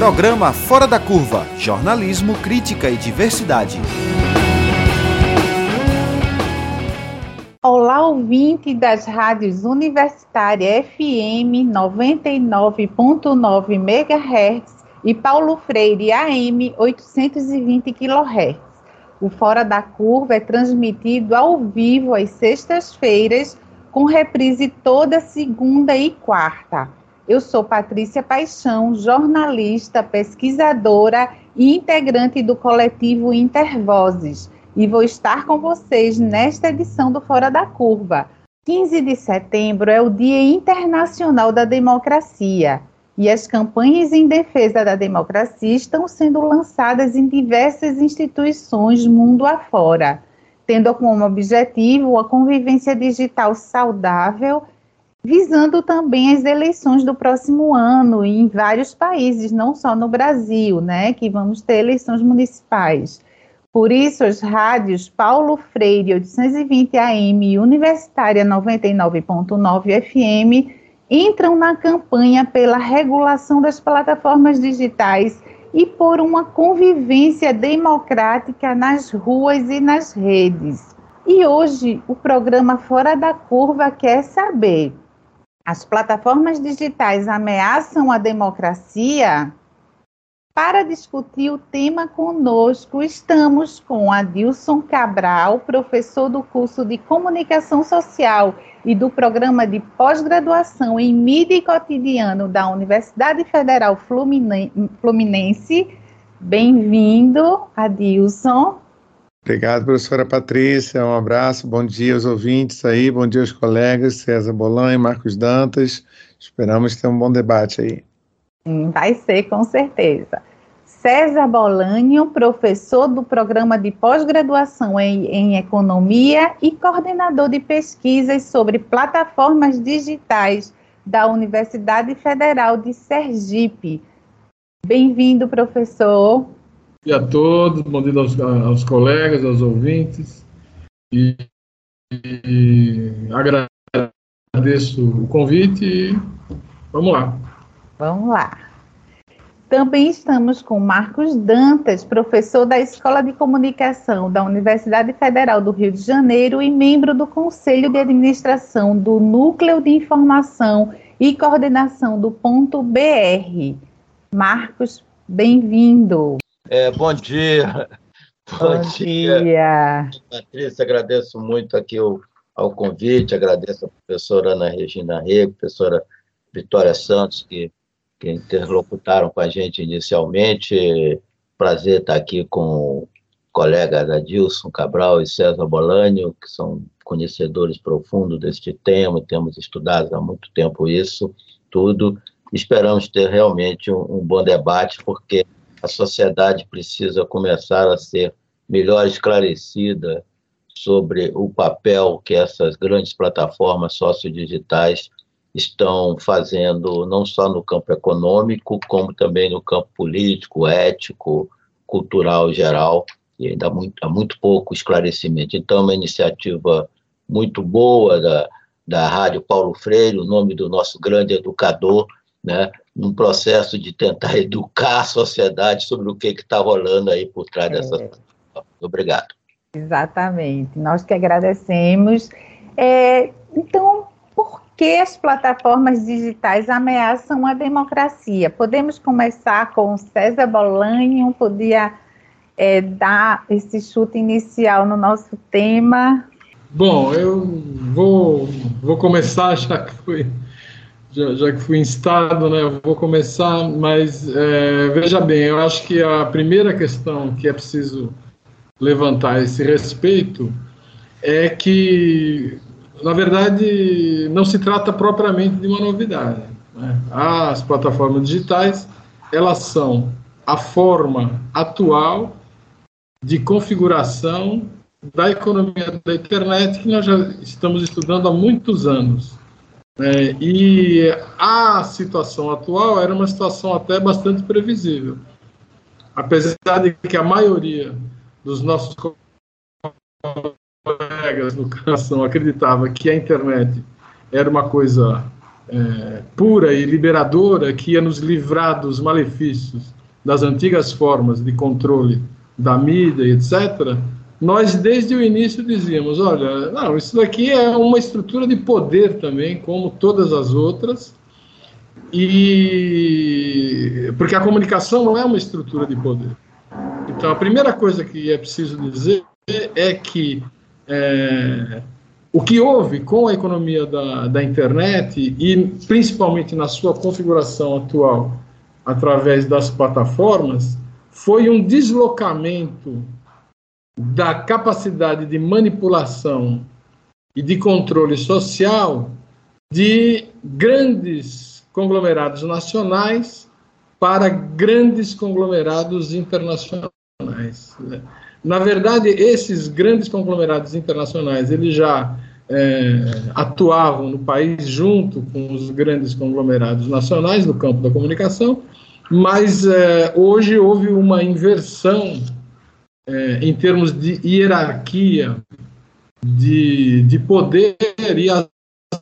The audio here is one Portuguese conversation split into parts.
Programa Fora da Curva, jornalismo, crítica e diversidade. Olá, ouvinte das rádios Universitária FM 99.9 MHz e Paulo Freire AM 820 kHz. O Fora da Curva é transmitido ao vivo às sextas-feiras, com reprise toda segunda e quarta. Eu sou Patrícia Paixão, jornalista, pesquisadora e integrante do coletivo Intervozes, e vou estar com vocês nesta edição do Fora da Curva. 15 de setembro é o Dia Internacional da Democracia, e as campanhas em defesa da democracia estão sendo lançadas em diversas instituições mundo afora, tendo como objetivo a convivência digital saudável, visando também as eleições do próximo ano em vários países, não só no Brasil, que vamos ter eleições municipais. Por isso, as rádios Paulo Freire 820 AM e Universitária 99.9 FM entram na campanha pela regulação das plataformas digitais e por uma convivência democrática nas ruas e nas redes. E hoje, o programa Fora da Curva quer saber: as plataformas digitais ameaçam a democracia? Para discutir o tema conosco, estamos com Adilson Cabral, professor do curso de Comunicação Social e do Programa de Pós-Graduação em Mídia e Cotidiano da Universidade Federal Fluminense. Bem-vindo, Adilson. Obrigado, professora Patrícia. Um abraço, bom dia aos ouvintes aí, bom dia aos colegas, César Bolan e Marcos Dantas. Esperamos ter um bom debate aí. Vai ser, com certeza. César Bolanho, professor do Programa de Pós-Graduação em Economia e coordenador de pesquisas sobre plataformas digitais da Universidade Federal de Sergipe. Bem-vindo, professor. Bom dia a todos, bom dia aos colegas, aos ouvintes, e agradeço o convite e vamos lá. Vamos lá. Também estamos com Marcos Dantas, professor da Escola de Comunicação da Universidade Federal do Rio de Janeiro e membro do Conselho de Administração do Núcleo de Informação e Coordenação do Ponto BR. Marcos, bem-vindo. Bom dia. Bom dia. Patrícia, agradeço muito aqui ao convite, agradeço a professora Ana Regina Rego, professora Vitória Santos, que interlocutaram com a gente inicialmente. Prazer estar aqui com o colega Adilson Cabral e César Bolanho, que são conhecedores profundos deste tema, temos estudado há muito tempo isso tudo. Esperamos ter realmente um bom debate, porque a sociedade precisa começar a ser melhor esclarecida sobre o papel que essas grandes plataformas sociodigitais estão fazendo, não só no campo econômico, como também no campo político, ético, cultural geral, e ainda há muito pouco esclarecimento. Então, é uma iniciativa muito boa da Rádio Paulo Freire, o nome do nosso grande educador, num processo de tentar educar a sociedade sobre o que está rolando aí por trás dessa. Obrigado. Exatamente, nós que agradecemos. Então, por que as plataformas digitais ameaçam a democracia? Podemos começar com o César Bolanho, podia dar esse chute inicial no nosso tema? Bom, eu vou começar, já que fui instado, eu vou começar, mas veja bem, eu acho que a primeira questão que é preciso levantar a esse respeito é que, na verdade, não se trata propriamente de uma novidade. As plataformas digitais, elas são a forma atual de configuração da economia da internet que nós já estamos estudando há muitos anos. E a situação atual era uma situação até bastante previsível. Apesar de que a maioria dos nossos colegas no educação acreditava que a internet era uma coisa pura e liberadora, que ia nos livrar dos malefícios das antigas formas de controle da mídia, etc., nós desde o início dizíamos, olha, não, isso daqui é uma estrutura de poder também, como todas as outras, porque a comunicação não é uma estrutura de poder. Então, a primeira coisa que é preciso dizer é que o que houve com a economia da internet, e principalmente na sua configuração atual, através das plataformas, foi um deslocamento da capacidade de manipulação e de controle social de grandes conglomerados nacionais para grandes conglomerados internacionais. Na verdade, esses grandes conglomerados internacionais, eles já atuavam no país junto com os grandes conglomerados nacionais no campo da comunicação, mas hoje houve uma inversão em termos de hierarquia de poder, e as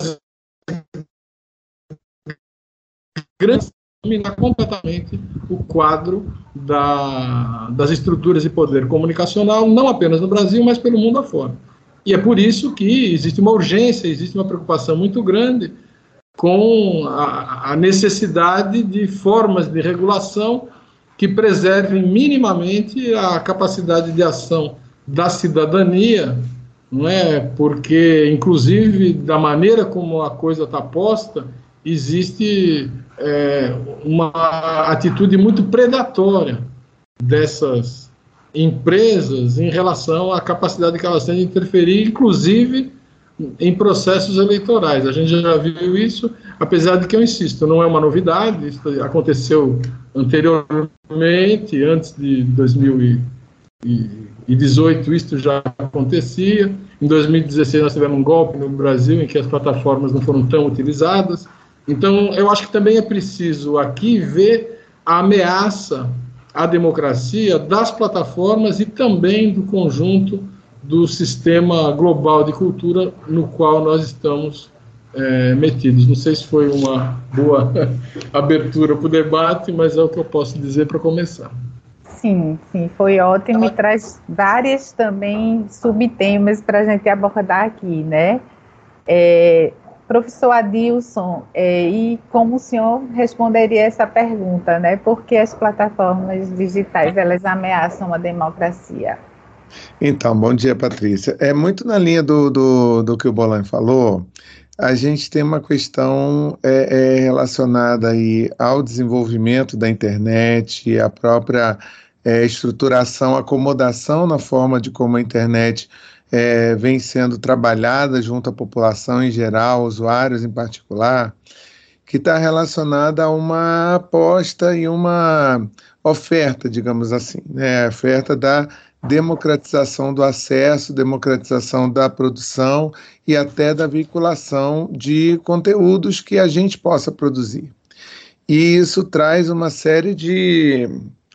grandes dominar completamente o quadro das estruturas de poder comunicacional, não apenas no Brasil, mas pelo mundo afora. E é por isso que existe uma urgência, existe uma preocupação muito grande com a necessidade de formas de regulação que preservem minimamente a capacidade de ação da cidadania, não é? Porque, inclusive, da maneira como a coisa está posta, existe uma atitude muito predatória dessas empresas em relação à capacidade que elas têm de interferir, inclusive em processos eleitorais. A gente já viu isso, apesar de que, eu insisto, não é uma novidade, isso aconteceu anteriormente, antes de 2018, isso já acontecia. Em 2016 nós tivemos um golpe no Brasil em que as plataformas não foram tão utilizadas. Então, eu acho que também é preciso aqui ver a ameaça à democracia das plataformas e também do conjunto do sistema global de cultura no qual nós estamos metidos. Não sei se foi uma boa abertura para o debate, mas é o que eu posso dizer para começar. Sim, foi ótimo e traz vários também subtemas para a gente abordar aqui, né? Professor Adilson, e como o senhor responderia essa pergunta, né? Por que as plataformas digitais, elas ameaçam a democracia? Então, bom dia, Patrícia. É muito na linha do que o Bolan falou. A gente tem uma questão relacionada aí ao desenvolvimento da internet, a própria estruturação, acomodação na forma de como a internet vem sendo trabalhada junto à população em geral, usuários em particular, que está relacionada a uma aposta e uma oferta, digamos assim, né? A oferta da democratização do acesso, democratização da produção e até da veiculação de conteúdos que a gente possa produzir. E isso traz uma série de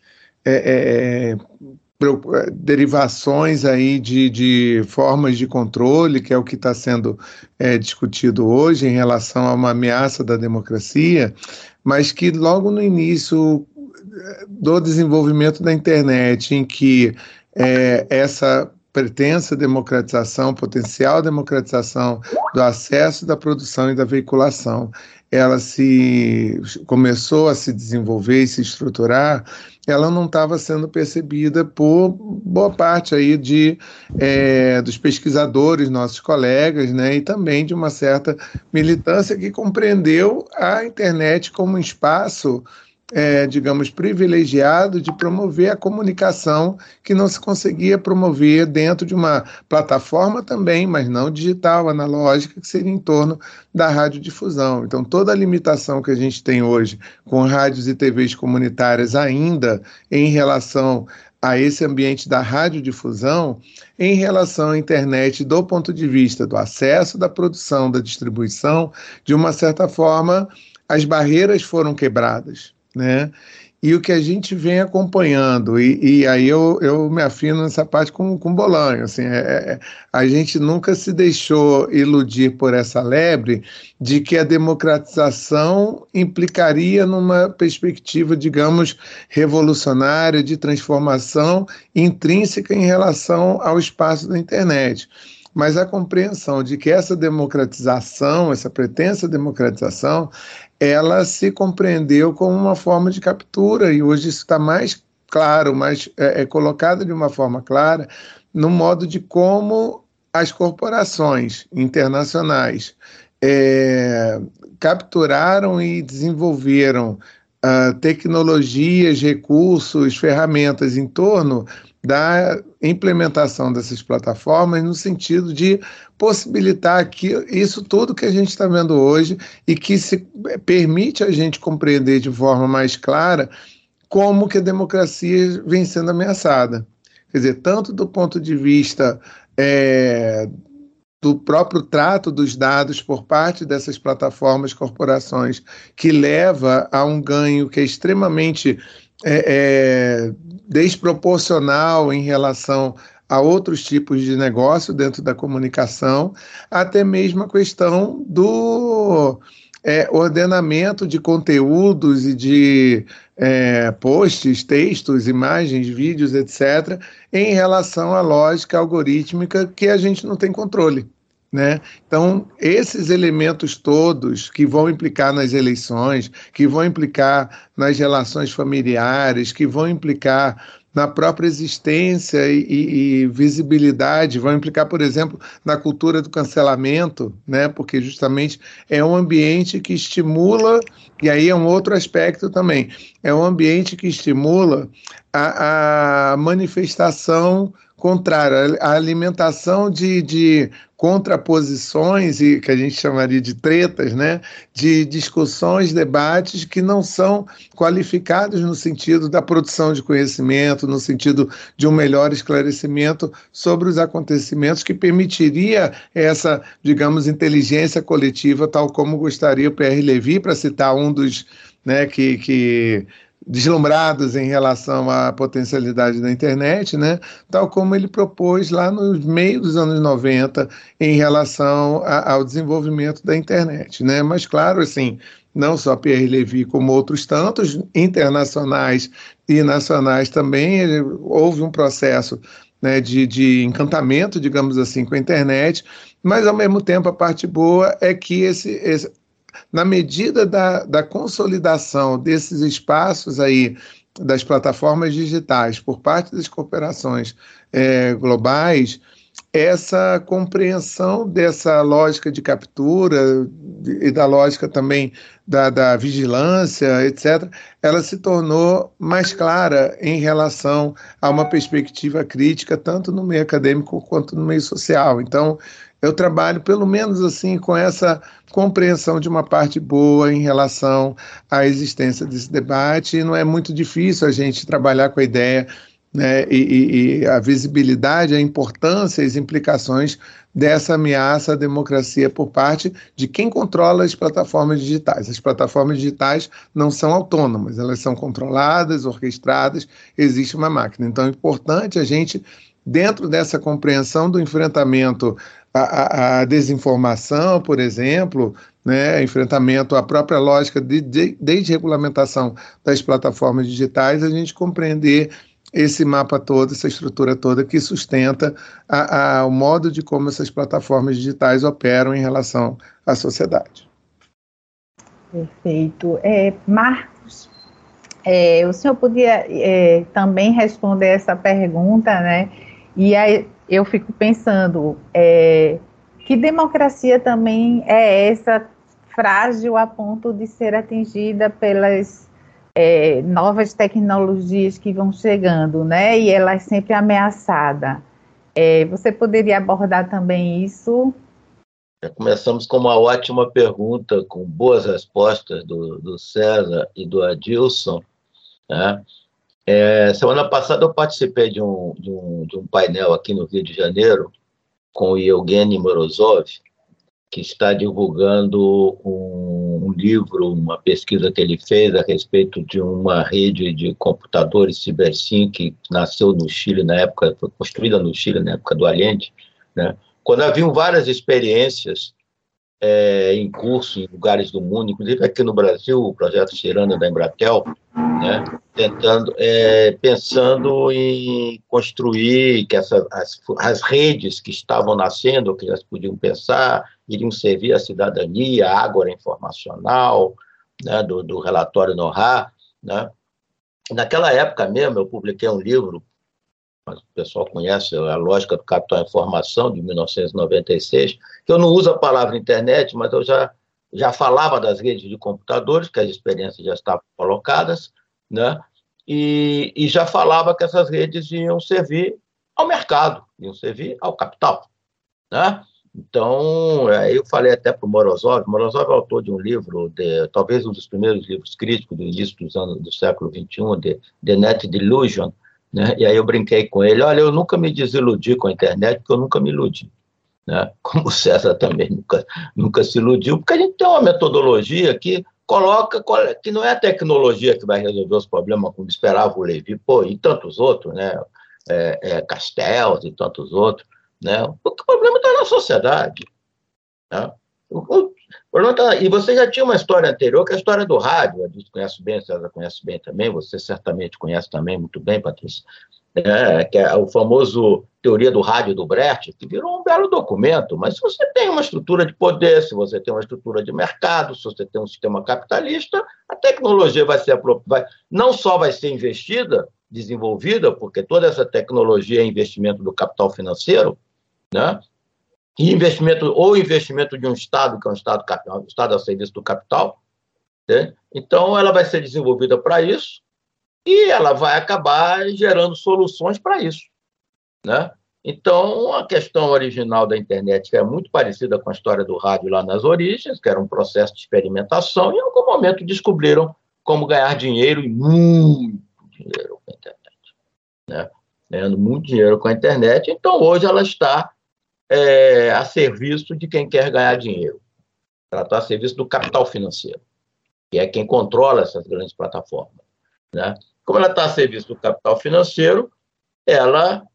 derivações aí de formas de controle, que é o que está sendo discutido hoje em relação a uma ameaça da democracia, mas que logo no início do desenvolvimento da internet, em que essa pretensa democratização, potencial democratização do acesso, da produção e da veiculação, ela começou a se desenvolver e se estruturar, ela não estava sendo percebida por boa parte aí dos pesquisadores, nossos colegas, né, e também de uma certa militância que compreendeu a internet como um espaço digamos, privilegiado de promover a comunicação que não se conseguia promover dentro de uma plataforma também, mas não digital, analógica, que seria em torno da radiodifusão. Então, toda a limitação que a gente tem hoje com rádios e TVs comunitárias ainda em relação a esse ambiente da radiodifusão, em relação à internet do ponto de vista do acesso, da produção, da distribuição, de uma certa forma, as barreiras foram quebradas, né? E o que a gente vem acompanhando, e aí eu me afino nessa parte com Bolanho, assim, a gente nunca se deixou iludir por essa lebre de que a democratização implicaria numa perspectiva, digamos, revolucionária, de transformação intrínseca em relação ao espaço da internet. Mas a compreensão de que essa democratização, essa pretensa democratização, ela se compreendeu como uma forma de captura, e hoje isso está mais claro, mais colocado de uma forma clara, no modo de como as corporações internacionais capturaram e desenvolveram tecnologias, recursos, ferramentas em torno da implementação dessas plataformas no sentido de possibilitar isso tudo que a gente está vendo hoje e que permite a gente compreender de forma mais clara como que a democracia vem sendo ameaçada. Quer dizer, tanto do ponto de vista do próprio trato dos dados por parte dessas plataformas, corporações, que leva a um ganho que é extremamente desproporcional em relação a outros tipos de negócio dentro da comunicação, até mesmo a questão do ordenamento de conteúdos e de posts, textos, imagens, vídeos, etc., em relação à lógica algorítmica que a gente não tem controle, né? Então, esses elementos todos que vão implicar nas eleições, que vão implicar nas relações familiares, que vão implicar na própria existência e visibilidade, vão implicar, por exemplo, na cultura do cancelamento, né? Porque justamente é um ambiente que estimula, e aí é um outro aspecto também, é um ambiente que estimula a manifestação contrária, a alimentação de contraposições, e que a gente chamaria de tretas, né? De discussões, debates que não são qualificados no sentido da produção de conhecimento, no sentido de um melhor esclarecimento sobre os acontecimentos que permitiria essa, digamos, inteligência coletiva, tal como gostaria o Pierre Levy, para citar um dos, né, que deslumbrados em relação à potencialidade da internet, né? Tal como ele propôs lá no meio dos anos 90 em relação ao desenvolvimento da internet, né? Mas, claro, assim, não só Pierre Levy, como outros tantos internacionais e nacionais também, houve um processo, né, de encantamento, digamos assim, com a internet, mas, ao mesmo tempo, a parte boa é que na medida da consolidação desses espaços aí, das plataformas digitais, por parte das corporações globais, essa compreensão dessa lógica de captura e da lógica também da vigilância, etc., ela se tornou mais clara em relação a uma perspectiva crítica, tanto no meio acadêmico quanto no meio social. Então, eu trabalho, pelo menos assim, com essa compreensão de uma parte boa em relação à existência desse debate, e não é muito difícil a gente trabalhar com a ideia, né, e a visibilidade, a importância e as implicações dessa ameaça à democracia por parte de quem controla as plataformas digitais. As plataformas digitais não são autônomas, elas são controladas, orquestradas, existe uma máquina. Então é importante a gente, dentro dessa compreensão do enfrentamento à desinformação, por exemplo, né, enfrentamento à própria lógica de desregulamentação das plataformas digitais, a gente compreender esse mapa todo, essa estrutura toda que sustenta o modo de como essas plataformas digitais operam em relação à sociedade. Perfeito. Marcos, o senhor podia também responder essa pergunta, né? E aí eu fico pensando, que democracia também é essa frágil a ponto de ser atingida pelas novas tecnologias que vão chegando, né? E ela é sempre ameaçada. Você poderia abordar também isso? Já começamos com uma ótima pergunta, com boas respostas do César e do Adilson, né? Semana passada eu participei de um painel aqui no Rio de Janeiro com o Evgeny Morozov, que está divulgando um livro, uma pesquisa que ele fez a respeito de uma rede de computadores CiberSyn que nasceu no Chile na época, foi construída no Chile na época do Allende, né? Quando haviam várias experiências em curso em lugares do mundo, inclusive aqui no Brasil, o projeto Ciranda da Embratel, né, pensando em construir que as redes que estavam nascendo, que elas podiam pensar, iriam servir à cidadania, a ágora informacional, né, do relatório NORA, né. Naquela época mesmo, eu publiquei um livro, o pessoal conhece A Lógica do Capital e Informação, de 1996, que eu não uso a palavra internet, mas eu já falava das redes de computadores, que as experiências já estavam colocadas, né? E já falava que essas redes iam servir ao mercado, iam servir ao capital, né? Então, aí eu falei até para o Morozov é autor de um livro, talvez um dos primeiros livros críticos do início do século XXI, The Net Delusion, né? E aí eu brinquei com ele, olha, eu nunca me desiludi com a internet, porque eu nunca me iludi, né? Como o César também nunca se iludiu, porque a gente tem uma metodologia que coloca que não é a tecnologia que vai resolver os problemas, como esperava o Levi, e tantos outros, né? Castells e tantos outros, né? O problema está na sociedade, né? E você já tinha uma história anterior, que é a história do rádio, a gente conhece bem, a César conhece bem também, você certamente conhece também muito bem, Patrícia, que é o famoso Teoria do Rádio do Brecht, que virou um belo documento, mas se você tem uma estrutura de poder, se você tem uma estrutura de mercado, se você tem um sistema capitalista, a tecnologia não só vai ser investida, desenvolvida, porque toda essa tecnologia é investimento do capital financeiro, né? E investimento de um Estado, que é um Estado a serviço do capital, né? Então, ela vai ser desenvolvida para isso e ela vai acabar gerando soluções para isso, né? Então, a questão original da internet, que é muito parecida com a história do rádio lá nas origens, que era um processo de experimentação, e em algum momento descobriram como ganhar dinheiro, e muito dinheiro com a internet, né? Ganhando muito dinheiro com a internet. Então, hoje ela está a serviço de quem quer ganhar dinheiro. Ela está a serviço do capital financeiro, que é quem controla essas grandes plataformas, né? Como ela está a serviço do capital financeiro, ela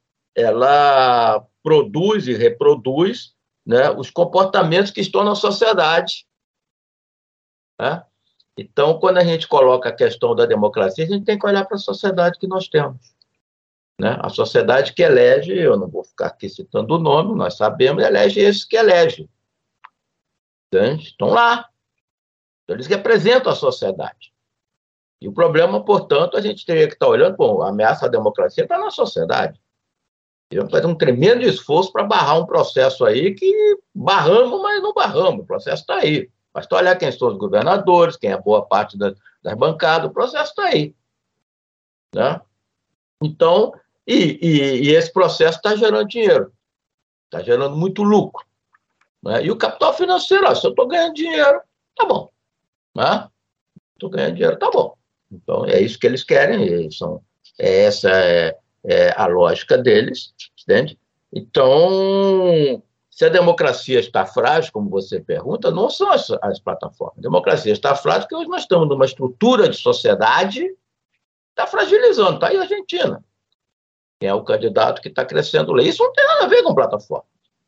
produz e reproduz, né, os comportamentos que estão na sociedade, né? Então, quando a gente coloca a questão da democracia, a gente tem que olhar para a sociedade que nós temos, né? A sociedade que elege, eu não vou ficar aqui citando o nome, nós sabemos, elege esses que elege. Então, estão lá. Então, eles representam a sociedade. E o problema, portanto, a gente teria que estar olhando, a ameaça à democracia está na sociedade. Tivemos que fazer um tremendo esforço para barrar um processo aí que barramos, mas não barramos. O processo está aí. Basta olhar quem são os governadores, quem é boa parte das bancadas, o processo está aí, né? Então, e esse processo está gerando dinheiro, está gerando muito lucro, né? E o capital financeiro, se eu estou ganhando dinheiro, tá bom, né? Estou ganhando dinheiro, tá bom. Então, é isso que eles querem, essa é a lógica deles, entende? Então, se a democracia está frágil, como você pergunta, não são as plataformas. A democracia está frágil porque hoje nós estamos numa estrutura de sociedade que está fragilizando. Está aí a Argentina, quem é o candidato que está crescendo lá. Isso não tem nada a ver com plataforma,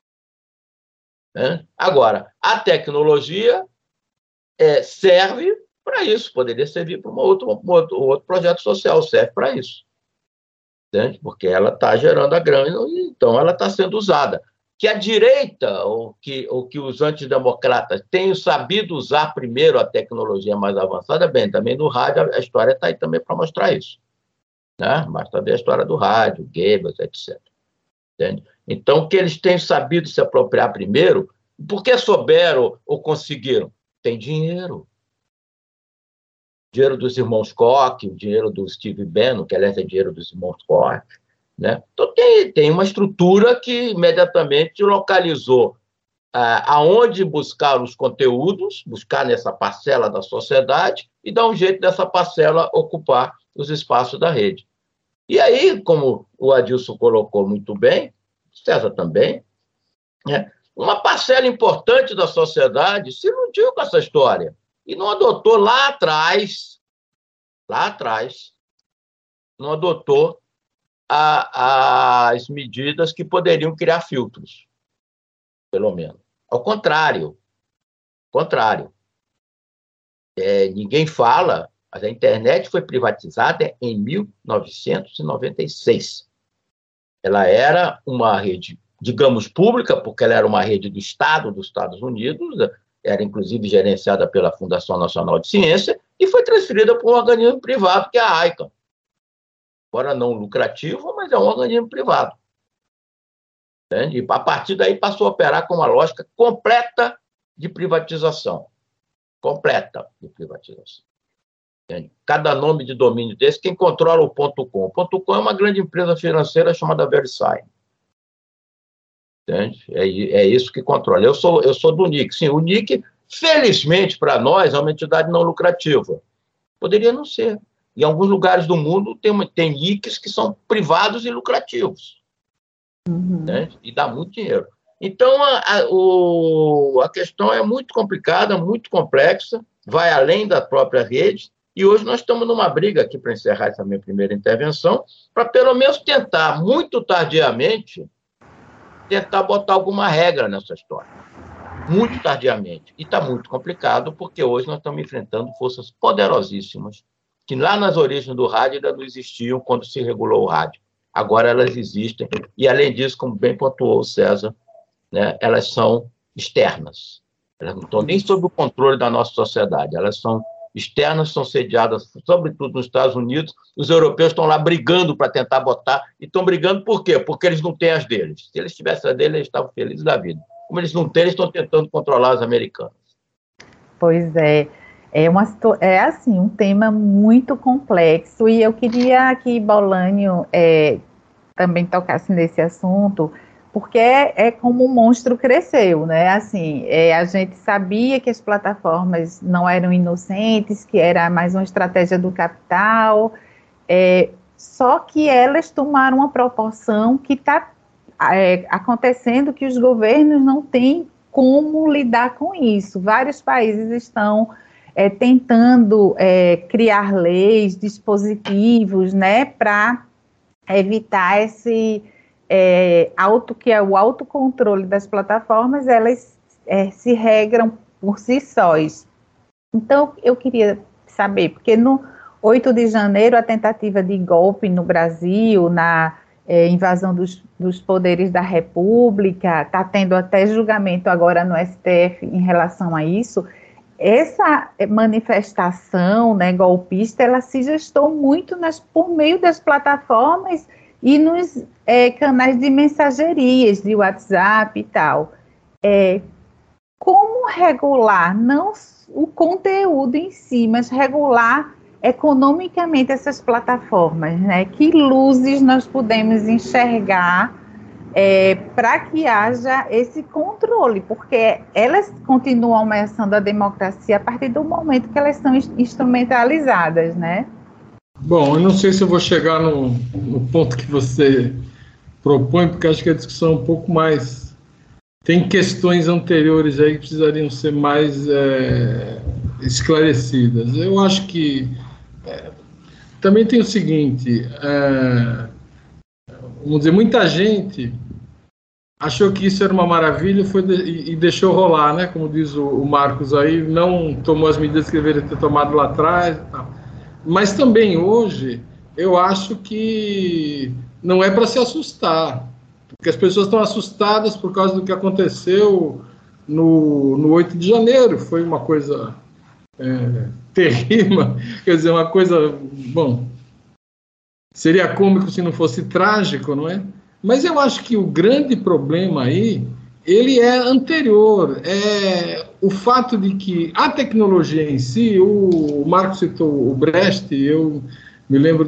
né? Agora, a tecnologia serve para isso, poderia servir para um outro projeto social, serve para isso, entende? Porque ela está gerando a grana, então ela está sendo usada. Que a direita, ou que os antidemocratas tenham sabido usar primeiro a tecnologia mais avançada, bem, também no rádio a história está aí também para mostrar isso, né? Basta ver a história do rádio, Goebbels, etc. Entende? Então, que eles tenham sabido se apropriar primeiro, porque souberam ou conseguiram? Tem dinheiro. Dinheiro dos irmãos Koch, o dinheiro do Steve Bannon, que aliás é dinheiro dos irmãos Koch, né? Então tem uma estrutura que imediatamente localizou aonde buscar os conteúdos, buscar nessa parcela da sociedade e dar um jeito dessa parcela ocupar os espaços da rede. E aí, como o Adilson colocou muito bem, César também, né? Uma parcela importante da sociedade se iludiu com essa história e não adotou lá atrás, não adotou as medidas que poderiam criar filtros, pelo menos. Ao contrário. Ninguém fala, mas a internet foi privatizada em 1996. Ela era uma rede, digamos, pública, porque ela era uma rede do Estado dos Estados Unidos, era inclusive gerenciada pela Fundação Nacional de Ciência, e foi transferida para um organismo privado, que é a ICANN. Agora não lucrativo, mas é um organismo privado. Entende? E a partir daí passou a operar com uma lógica completa de privatização. Entende? Cada nome de domínio desse, quem controla o .com? O .com é uma grande empresa financeira chamada VeriSign. Entende? É isso que controla. Eu sou do NIC. Sim, o NIC, felizmente para nós, é uma entidade não lucrativa. Poderia não ser. Em alguns lugares do mundo tem NICs que são privados e lucrativos. Né? E dá muito dinheiro. Então, a questão é muito complicada, muito complexa, vai além da própria rede, e hoje nós estamos numa briga aqui, para encerrar essa minha primeira intervenção, para pelo menos tentar, muito tardiamente, tentar botar alguma regra nessa história. Muito tardiamente. E está muito complicado, porque hoje nós estamos enfrentando forças poderosíssimas, que lá nas origens do rádio ainda não existiam quando se regulou o rádio. Agora elas existem, e além disso, como bem pontuou o César, né, elas são externas. Elas não estão nem sob o controle da nossa sociedade, elas são externas, são sediadas, sobretudo nos Estados Unidos. Os europeus estão lá brigando para tentar botar, e estão brigando por quê? Porque eles não têm as deles. Se eles tivessem as deles, eles estavam felizes da vida. Como eles não têm, eles estão tentando controlar os americanos. Pois é. É assim, um tema muito complexo, e eu queria que Bolanho também tocasse nesse assunto, porque é como um monstro cresceu, né? Assim, a gente sabia que as plataformas não eram inocentes, que era mais uma estratégia do capital, só que elas tomaram uma proporção que está acontecendo, que os governos não têm como lidar com isso. Vários países estão tentando criar leis, dispositivos, né, para evitar esse que é o autocontrole das plataformas, elas se regram por si sós. Então, eu queria saber, porque no 8 de janeiro, a tentativa de golpe no Brasil, na invasão dos poderes da República, está tendo até julgamento agora no STF em relação a isso. Essa manifestação, né, golpista, ela se gestou muito por meio das plataformas e nos canais de mensagerias, de WhatsApp e tal. Como regular, não o conteúdo em si, mas regular economicamente essas plataformas, né? Que luzes nós podemos enxergar para que haja esse controle, porque elas continuam ameaçando a democracia a partir do momento que elas são instrumentalizadas, né? Bom, eu não sei se eu vou chegar no ponto que você propõe, porque acho que a discussão é um pouco mais... Tem questões anteriores aí que precisariam ser mais esclarecidas. Eu acho que também tem o seguinte, vamos dizer, muita gente achou que isso era uma maravilha e deixou rolar, né? Como diz o Marcos aí, não tomou as medidas que deveria ter tomado lá atrás e tal. Mas também hoje, eu acho que não é para se assustar, porque as pessoas estão assustadas por causa do que aconteceu no 8 de janeiro, foi uma coisa terrível, quer dizer, uma coisa, bom, seria cômico se não fosse trágico, não é? Mas eu acho que o grande problema aí, ele é anterior, o fato de que a tecnologia em si, o Marco citou o Brecht, eu me lembro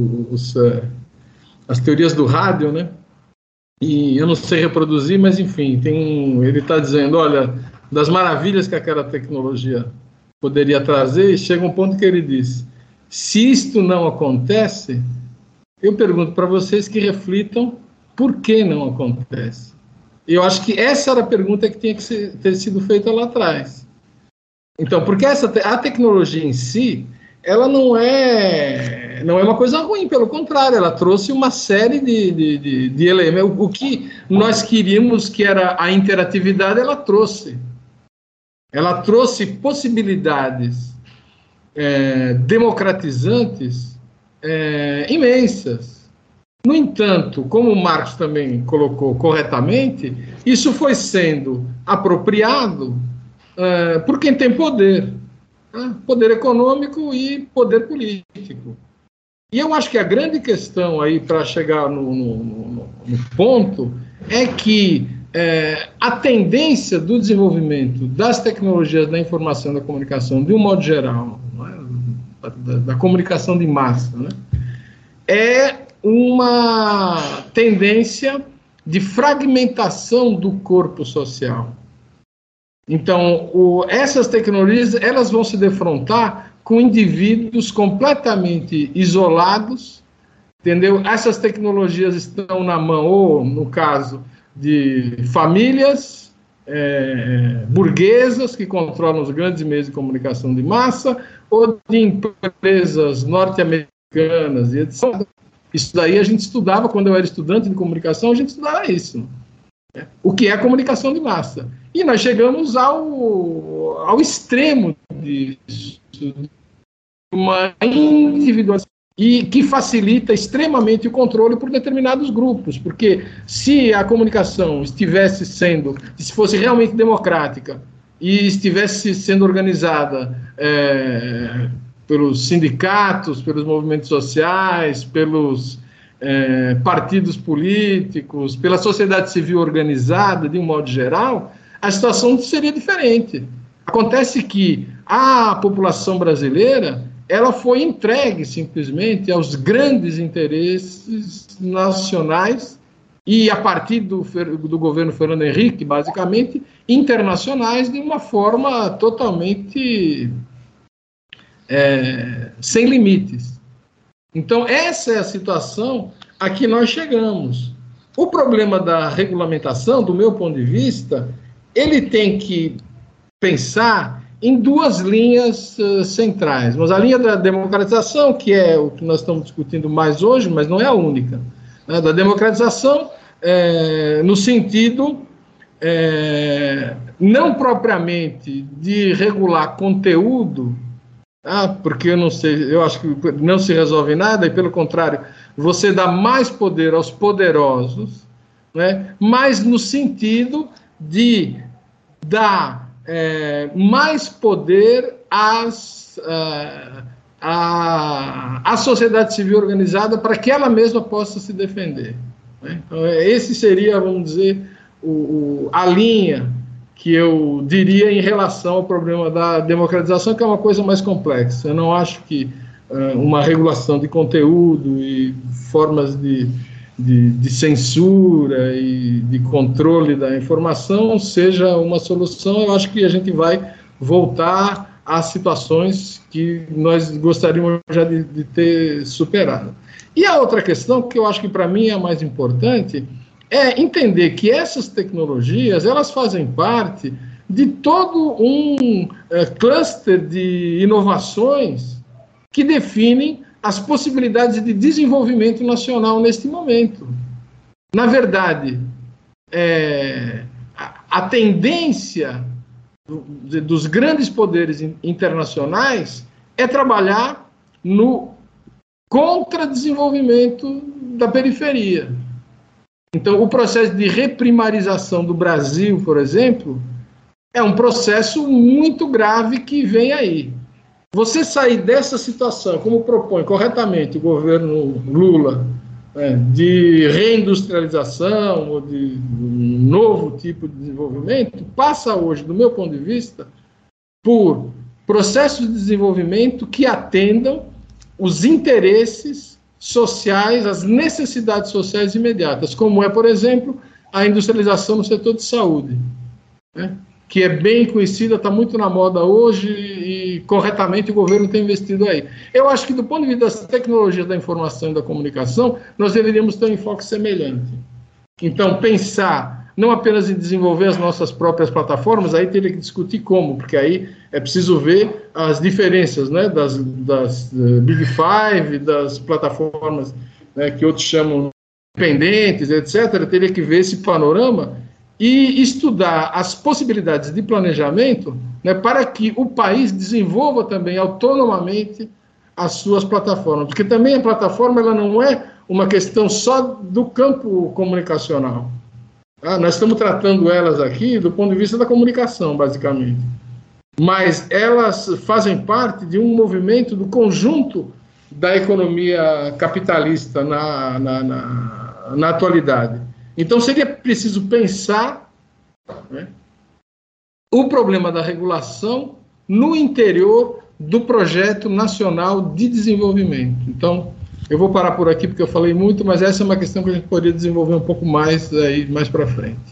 das teorias do rádio, né? E eu não sei reproduzir, mas enfim, ele está dizendo, olha, das maravilhas que aquela tecnologia poderia trazer, chega um ponto que ele diz, se isto não acontece, eu pergunto para vocês que reflitam por que não acontece. Eu acho que essa era a pergunta que tinha que ter sido feita lá atrás. Então, porque a tecnologia em si, ela não é uma coisa ruim, pelo contrário, ela trouxe uma série de elementos. O que nós queríamos, que era a interatividade, ela trouxe. Ela trouxe possibilidades democratizantes imensas. No entanto, como o Marx também colocou corretamente, isso foi sendo apropriado por quem tem poder, né? Poder econômico e poder político. E eu acho que a grande questão aí para chegar no ponto é que a tendência do desenvolvimento das tecnologias da informação e da comunicação, de um modo geral, né, da comunicação de massa, né, é uma tendência de fragmentação do corpo social. Então, essas tecnologias, elas vão se defrontar com indivíduos completamente isolados, entendeu? Essas tecnologias estão na mão, ou no caso de famílias burguesas que controlam os grandes meios de comunicação de massa, ou de empresas norte-americanas e etc. Isso daí a gente estudava, quando eu era estudante de comunicação, a gente estudava isso. O que é a comunicação de massa. E nós chegamos ao extremo disso, uma individualização, e que facilita extremamente o controle por determinados grupos, porque se a comunicação se fosse realmente democrática e estivesse sendo organizada pelos sindicatos, pelos movimentos sociais, pelos partidos políticos, pela sociedade civil organizada, de um modo geral, a situação seria diferente. Acontece que a população brasileira, ela foi entregue simplesmente aos grandes interesses nacionais e, a partir do governo Fernando Henrique, basicamente, internacionais, de uma forma totalmente sem limites. Então, essa é a situação a que nós chegamos. O problema da regulamentação, do meu ponto de vista, ele tem que pensar em duas linhas centrais. Mas a linha da democratização, que é o que nós estamos discutindo mais hoje, mas não é a única, né? Da democratização no sentido não propriamente de regular conteúdo, porque eu não sei, eu acho que não se resolve nada, e pelo contrário, você dá mais poder aos poderosos, né? Mas no sentido de dar mais poder à sociedade civil organizada para que ela mesma possa se defender, né? Então, esse seria, vamos dizer, a linha que eu diria em relação ao problema da democratização, que é uma coisa mais complexa. Eu não acho que uma regulação de conteúdo e formas de censura e de controle da informação seja uma solução. Eu acho que a gente vai voltar às situações que nós gostaríamos já de ter superado. E a outra questão, que eu acho que para mim é a mais importante, é entender que essas tecnologias, elas fazem parte de todo um cluster de inovações que definem as possibilidades de desenvolvimento nacional neste momento. Na verdade, a tendência dos grandes poderes internacionais é trabalhar no contra-desenvolvimento da periferia. Então, o processo de reprimarização do Brasil, por exemplo, é um processo muito grave que vem aí. Você sair dessa situação, como propõe corretamente o governo Lula, de reindustrialização ou de um novo tipo de desenvolvimento, passa hoje, do meu ponto de vista, por processos de desenvolvimento que atendam os interesses sociais, as necessidades sociais imediatas, como é, por exemplo, a industrialização no setor de saúde, né? Que é bem conhecida, está muito na moda hoje e corretamente o governo tem investido aí. Eu acho que, do ponto de vista das tecnologias da informação e da comunicação, nós deveríamos ter um enfoque semelhante. Então, pensar não apenas em desenvolver as nossas próprias plataformas, aí teria que discutir como, porque aí é preciso ver as diferenças, né, das Big Five, das plataformas, né, que outros chamam independentes, etc. Teria que ver esse panorama e estudar as possibilidades de planejamento, né, para que o país desenvolva também autonomamente as suas plataformas, porque também a plataforma ela não é uma questão só do campo comunicacional. Nós estamos tratando elas aqui do ponto de vista da comunicação, basicamente. Mas elas fazem parte de um movimento do conjunto da economia capitalista na atualidade. Então, seria preciso pensar, né, o problema da regulação no interior do projeto nacional de desenvolvimento. Então, eu vou parar por aqui porque eu falei muito, mas essa é uma questão que a gente poderia desenvolver um pouco mais aí, mais para frente.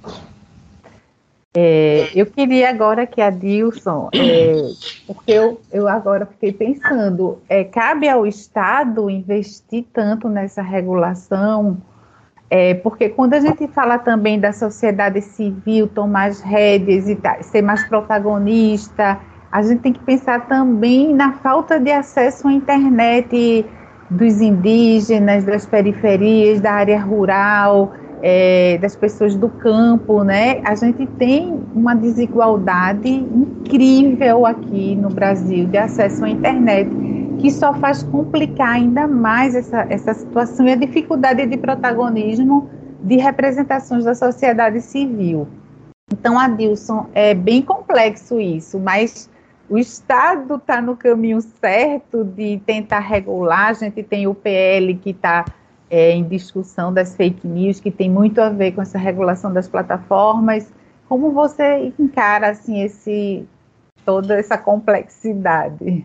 Eu queria agora que a Dilson, porque eu agora fiquei pensando, cabe ao Estado investir tanto nessa regulação, porque quando a gente fala também da sociedade civil tomar as rédeas e ser mais protagonista, a gente tem que pensar também na falta de acesso à internet dos indígenas, das periferias, da área rural, das pessoas do campo, né? A gente tem uma desigualdade incrível aqui no Brasil de acesso à internet, que só faz complicar ainda mais essa situação e a dificuldade de protagonismo de representações da sociedade civil. Então, Adilson, é bem complexo isso, mas o Estado está no caminho certo de tentar regular. A gente tem o PL que está em discussão das fake news, que tem muito a ver com essa regulação das plataformas. Como você encara assim, toda essa complexidade?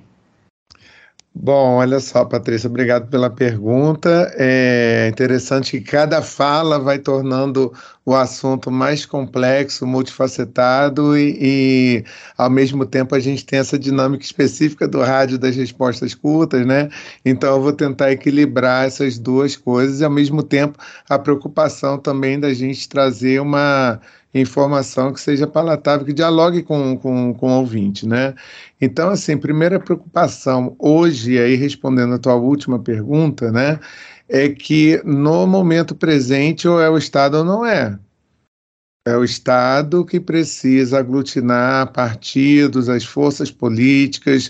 Bom, olha só, Patrícia, obrigado pela pergunta. É interessante que cada fala vai tornando o assunto mais complexo, multifacetado e ao mesmo tempo, a gente tem essa dinâmica específica do rádio das respostas curtas, né? Então, eu vou tentar equilibrar essas duas coisas e, ao mesmo tempo, a preocupação também da gente trazer uma informação que seja palatável, que dialogue com o ouvinte, né? Então, assim, primeira preocupação hoje, aí respondendo a tua última pergunta, né, é que no momento presente ou é o Estado ou não é. É o Estado que precisa aglutinar partidos, as forças políticas,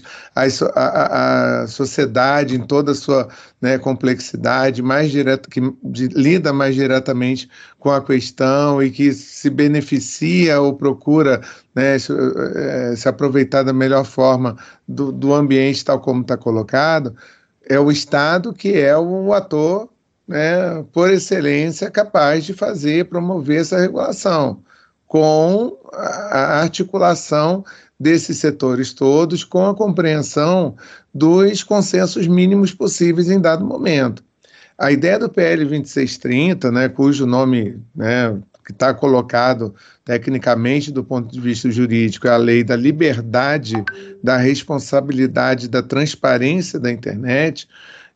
a sociedade em toda a sua, né, complexidade, que lida mais diretamente com a questão e que se beneficia ou procura, né, se aproveitar da melhor forma do ambiente tal como está colocado. É o Estado que é o ator, né, por excelência, capaz de promover essa regulação, com a articulação desses setores todos, com a compreensão dos consensos mínimos possíveis em dado momento. A ideia do PL 2630, né, cujo nome, né, que está colocado tecnicamente do ponto de vista jurídico, é a lei da liberdade, da responsabilidade, da transparência da internet.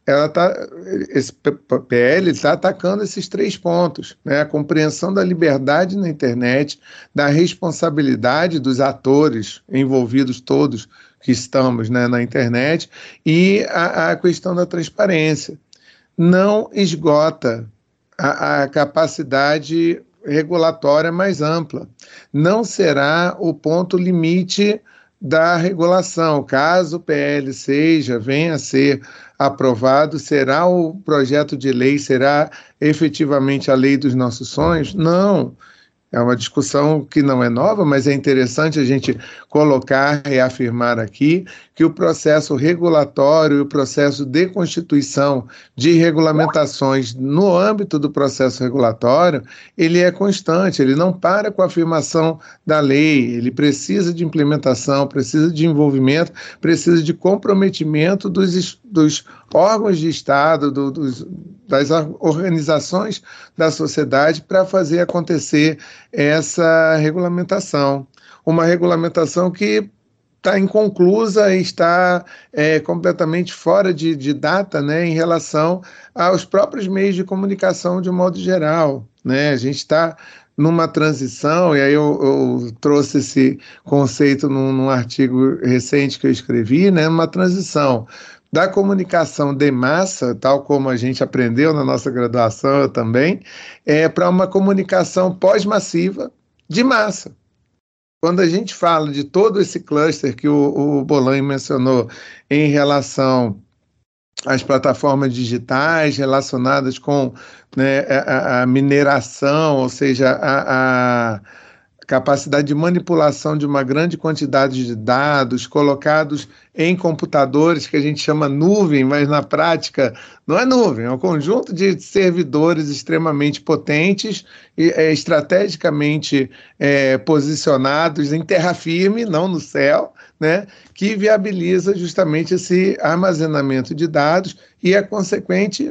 Esse PL está atacando esses 3 pontos, né? A compreensão da liberdade na internet, da responsabilidade dos atores envolvidos todos que estamos, né, na internet, e a questão da transparência. Não esgota a capacidade regulatória mais ampla. Não será o ponto limite da regulação. Caso o PL venha a ser aprovado, será o projeto de lei, será efetivamente a lei dos nossos sonhos? Não. É uma discussão que não é nova, mas é interessante a gente colocar e afirmar aqui que o processo regulatório e o processo de constituição de regulamentações no âmbito do processo regulatório, ele é constante, ele não para com a afirmação da lei, ele precisa de implementação, precisa de envolvimento, precisa de comprometimento dos órgãos de Estado, das organizações da sociedade para fazer acontecer essa regulamentação. Uma regulamentação que está inconclusa e está completamente fora de data, né, em relação aos próprios meios de comunicação de um modo geral, né? A gente está numa transição, e aí eu trouxe esse conceito num artigo recente que eu escrevi, né, uma transição da comunicação de massa, tal como a gente aprendeu na nossa graduação eu também, para uma comunicação pós-massiva de massa. Quando a gente fala de todo esse cluster que o Bolan mencionou em relação às plataformas digitais relacionadas com, né, a mineração, ou seja, a capacidade de manipulação de uma grande quantidade de dados colocados em computadores que a gente chama nuvem, mas na prática não é nuvem, é um conjunto de servidores extremamente potentes e estrategicamente posicionados em terra firme, não no céu, né, que viabiliza justamente esse armazenamento de dados e a consequente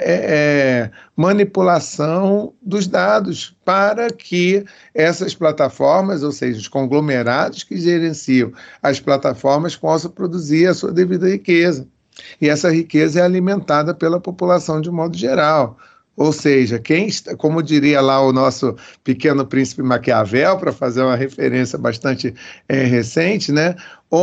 manipulação dos dados para que essas plataformas, ou seja, os conglomerados que gerenciam as plataformas, possam produzir a sua devida riqueza. E essa riqueza é alimentada pela população de um modo geral. Ou seja, como diria lá o nosso pequeno príncipe Maquiavel, para fazer uma referência bastante recente, né?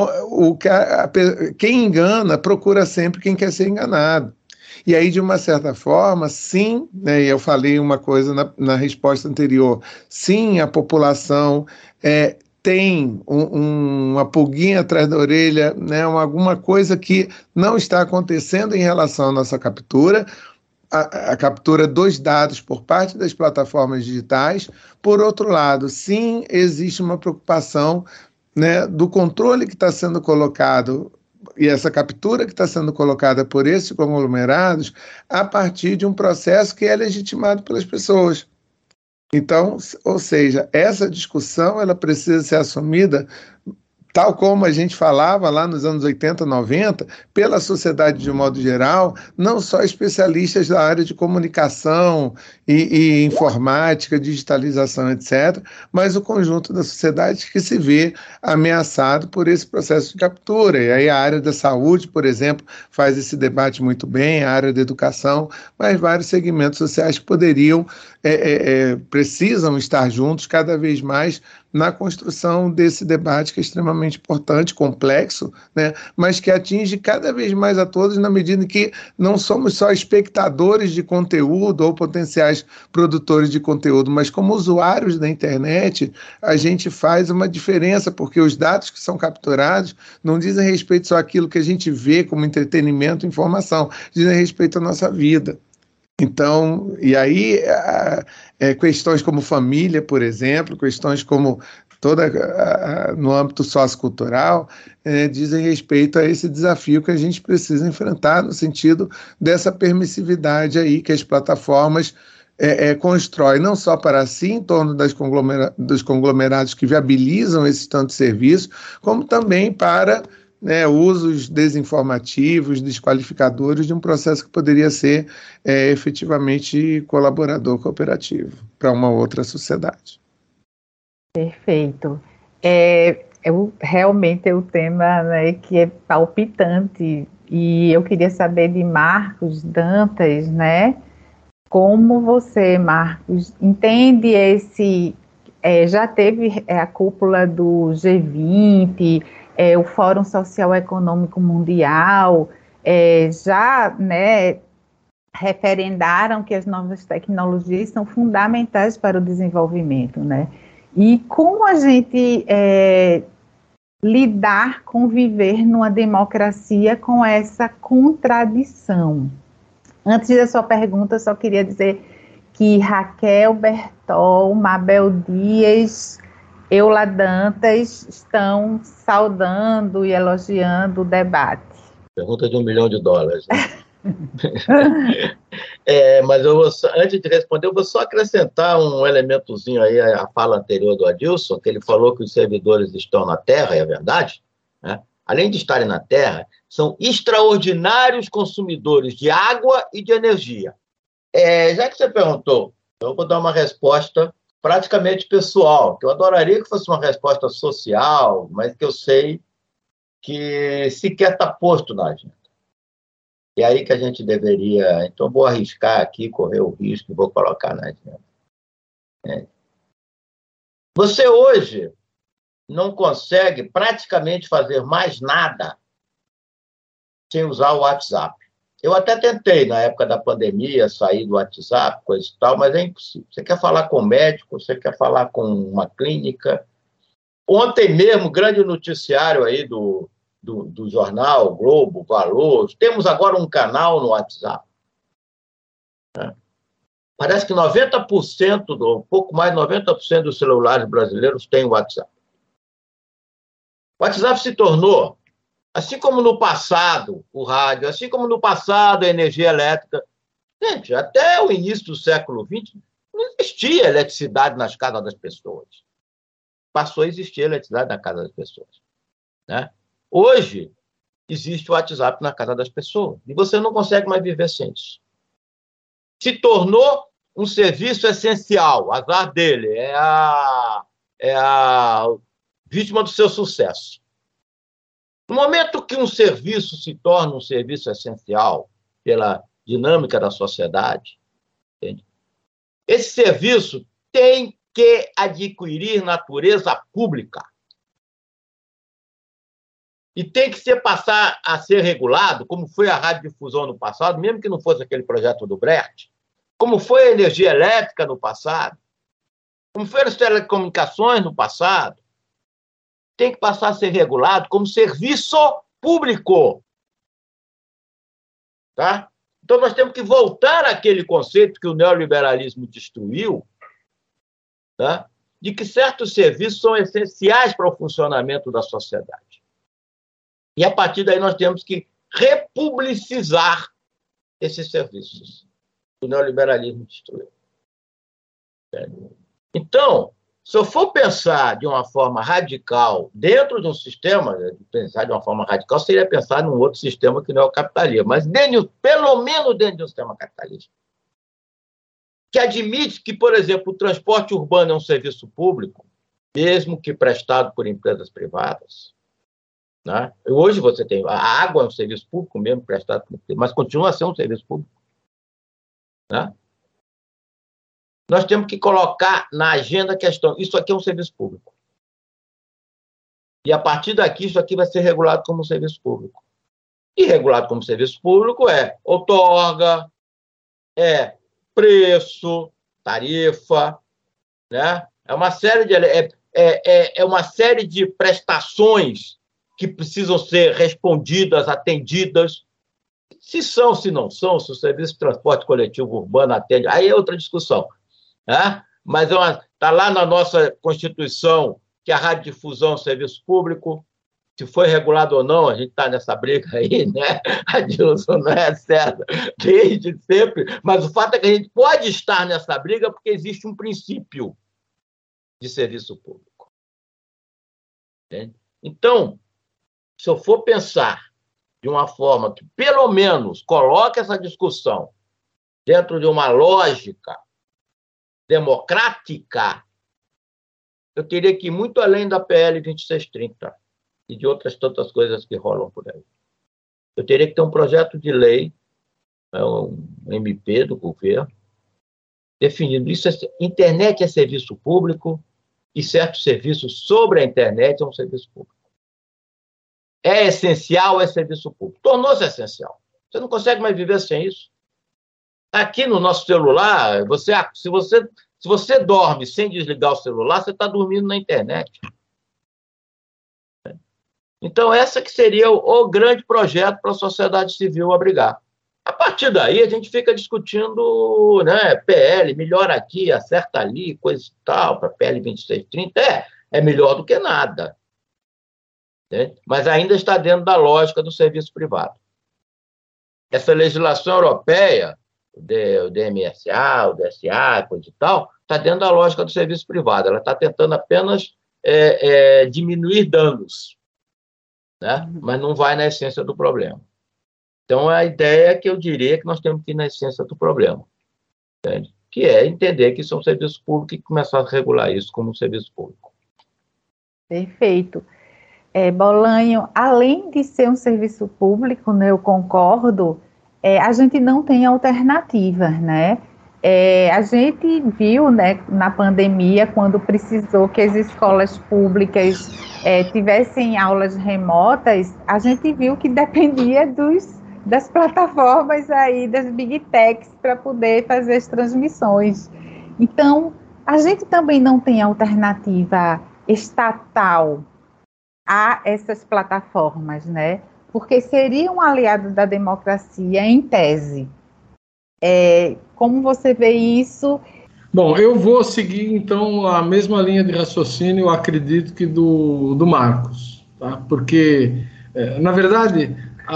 Quem engana procura sempre quem quer ser enganado. E aí, de uma certa forma, sim, né, eu falei uma coisa na resposta anterior, sim, a população tem uma pulguinha atrás da orelha, né, alguma coisa que não está acontecendo em relação à nossa captura, a captura dos dados por parte das plataformas digitais. Por outro lado, sim, existe uma preocupação, né, do controle que está sendo colocado e essa captura que está sendo colocada por esses conglomerados a partir de um processo que é legitimado pelas pessoas. Então, ou seja, essa discussão ela precisa ser assumida tal como a gente falava lá nos anos 80, 90, pela sociedade de um modo geral, não só especialistas da área de comunicação e informática, digitalização, etc., mas o conjunto da sociedade que se vê ameaçado por esse processo de captura. E aí a área da saúde, por exemplo, faz esse debate muito bem, a área da educação, mas vários segmentos sociais que poderiam, precisam estar juntos cada vez mais na construção desse debate que é extremamente importante, complexo, né, mas que atinge cada vez mais a todos na medida em que não somos só espectadores de conteúdo ou potenciais produtores de conteúdo, mas como usuários da internet, a gente faz uma diferença, porque os dados que são capturados não dizem respeito só àquilo que a gente vê como entretenimento e informação, dizem respeito à nossa vida. Então, e aí questões como família, por exemplo, questões como no âmbito sociocultural, dizem respeito a esse desafio que a gente precisa enfrentar no sentido dessa permissividade aí que as plataformas constroem, não só para si, em torno dos conglomerados que viabilizam esse tanto de serviço, como também para, né, usos desinformativos, desqualificadores de um processo que poderia ser efetivamente colaborador cooperativo para uma outra sociedade. Perfeito. Realmente é um tema, né, que é palpitante, e eu queria saber de Marcos Dantas, né, como você, Marcos, entende já teve a cúpula do G20, o Fórum Social Econômico Mundial, já, né, referendaram que as novas tecnologias são fundamentais para o desenvolvimento, né? E como a gente conviver numa democracia com essa contradição? Antes da sua pergunta, só queria dizer que Raquel Bertol, Mabel Dias, Eula Dantas estão saudando e elogiando o debate. Pergunta de $1 milhão, né? Mas antes de responder, eu vou só acrescentar um elementozinho aí à fala anterior do Adilson, que ele falou que os servidores estão na Terra, é verdade, né? Além de estarem na Terra, são extraordinários consumidores de água e de energia. Já que você perguntou, eu vou dar uma resposta praticamente pessoal, que eu adoraria que fosse uma resposta social, mas que eu sei que sequer está posto na agenda. É aí que a gente deveria... Então, vou arriscar aqui, correr o risco e vou colocar na agenda. Você hoje não consegue praticamente fazer mais nada sem usar o WhatsApp. Eu até tentei, na época da pandemia, sair do WhatsApp, coisa e tal, mas é impossível. Você quer falar com um médico, você quer falar com uma clínica. Ontem mesmo, grande noticiário aí do jornal Globo, Valor, temos agora um canal no WhatsApp. Né? Parece que 90%, um pouco mais de 90% dos celulares brasileiros têm o WhatsApp. O WhatsApp se tornou, assim como no passado o rádio, assim como no passado a energia elétrica. Gente, até o início do século XX não existia eletricidade nas casas das pessoas. Passou a existir eletricidade na casa das pessoas. Né? Hoje, existe o WhatsApp na casa das pessoas. E você não consegue mais viver sem isso. Se tornou um serviço essencial. Azar dele. É a vítima do seu sucesso. No momento que um serviço se torna um serviço essencial pela dinâmica da sociedade, entende? Esse serviço tem que adquirir natureza pública. E tem que passar a ser regulado, como foi a radiodifusão no passado, mesmo que não fosse aquele projeto do Brecht, como foi a energia elétrica no passado, como foram as telecomunicações no passado, tem que passar a ser regulado como serviço público. Tá? Então, nós temos que voltar àquele conceito que o neoliberalismo destruiu, tá? De que certos serviços são essenciais para o funcionamento da sociedade. E, a partir daí, nós temos que republicizar esses serviços que o neoliberalismo destruiu. Então, se eu for pensar de uma forma radical dentro de um sistema, pensar de uma forma radical seria pensar num outro sistema que não é o capitalismo, mas pelo menos dentro de um sistema capitalista, que admite que, por exemplo, o transporte urbano é um serviço público, mesmo que prestado por empresas privadas. Né? Hoje você tem a água é um serviço público mesmo prestado por empresas, mas continua a ser um serviço público. Né? Nós temos que colocar na agenda a questão, isso aqui é um serviço público. E, a partir daqui, isso aqui vai ser regulado como um serviço público. E regulado como serviço público é outorga, é preço, tarifa, né? É uma série de prestações que precisam ser respondidas, atendidas. Se são, se não são, se o serviço de transporte coletivo urbano atende, aí é outra discussão. Né? Mas está lá na nossa Constituição que a radiodifusão é um serviço público. Se foi regulado ou não, a gente está nessa briga aí, né? A Dilson não é certa desde sempre, mas o fato é que a gente pode estar nessa briga porque existe um princípio de serviço público. Entende? Então, se eu for pensar de uma forma que, pelo menos, coloque essa discussão dentro de uma lógica democrática, eu teria que ir muito além da PL 2630 e de outras tantas coisas que rolam por aí. Eu teria que ter um projeto de lei, um MP do governo, definindo isso. Internet é serviço público e certos serviços sobre a internet é um serviço público. É essencial, é serviço público. Tornou-se essencial. Você não consegue mais viver sem isso. Aqui no nosso celular, se você dorme sem desligar o celular, você está dormindo na internet. Então, essa que seria o grande projeto para a sociedade civil abrigar. A partir daí, a gente fica discutindo, né, PL, melhora aqui, acerta ali, coisa e tal, para PL 2630, é melhor do que nada. Né? Mas ainda está dentro da lógica do serviço privado. Essa legislação europeia, o DMSA, o DSA, coisa e tal, está dentro da lógica do serviço privado. Ela está tentando apenas diminuir danos, né? Mas não vai na essência do problema. Então, a ideia é que eu diria que nós temos que ir na essência do problema, entende? Que é entender que isso é um serviço público e começar a regular isso como um serviço público. Perfeito. Bolanho, além de ser um serviço público, né, eu concordo, a gente não tem alternativas, né? A gente viu, né, na pandemia, quando precisou que as escolas públicas tivessem aulas remotas, a gente viu que dependia das plataformas aí, das Big Techs, para poder fazer as transmissões. Então, a gente também não tem alternativa estatal a essas plataformas, né? Porque seria um aliado da democracia em tese. Como você vê isso? Bom, eu vou seguir, então, a mesma linha de raciocínio, eu acredito, que do Marcos, tá? Porque, na verdade,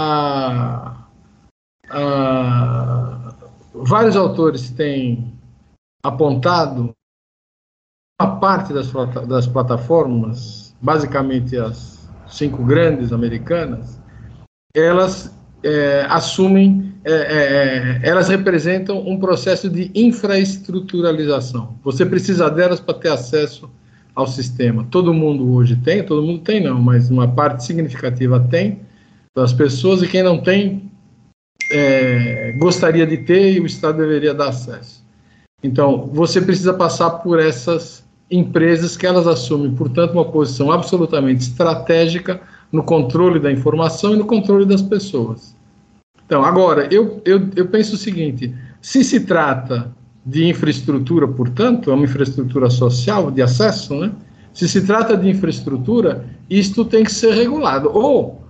vários autores têm apontado a parte das plataformas, basicamente as 5 grandes americanas, elas assumem, elas representam um processo de infraestruturalização. Você precisa delas para ter acesso ao sistema. Todo mundo hoje tem, todo mundo tem não, mas uma parte significativa tem das pessoas, e quem não tem gostaria de ter, e o Estado deveria dar acesso. Então, você precisa passar por essas empresas que elas assumem, portanto, uma posição absolutamente estratégica no controle da informação e no controle das pessoas. Então, agora, eu penso o seguinte: se se trata de infraestrutura, portanto, é uma infraestrutura social de acesso, né? Se se trata de infraestrutura, isto tem que ser regulado, ou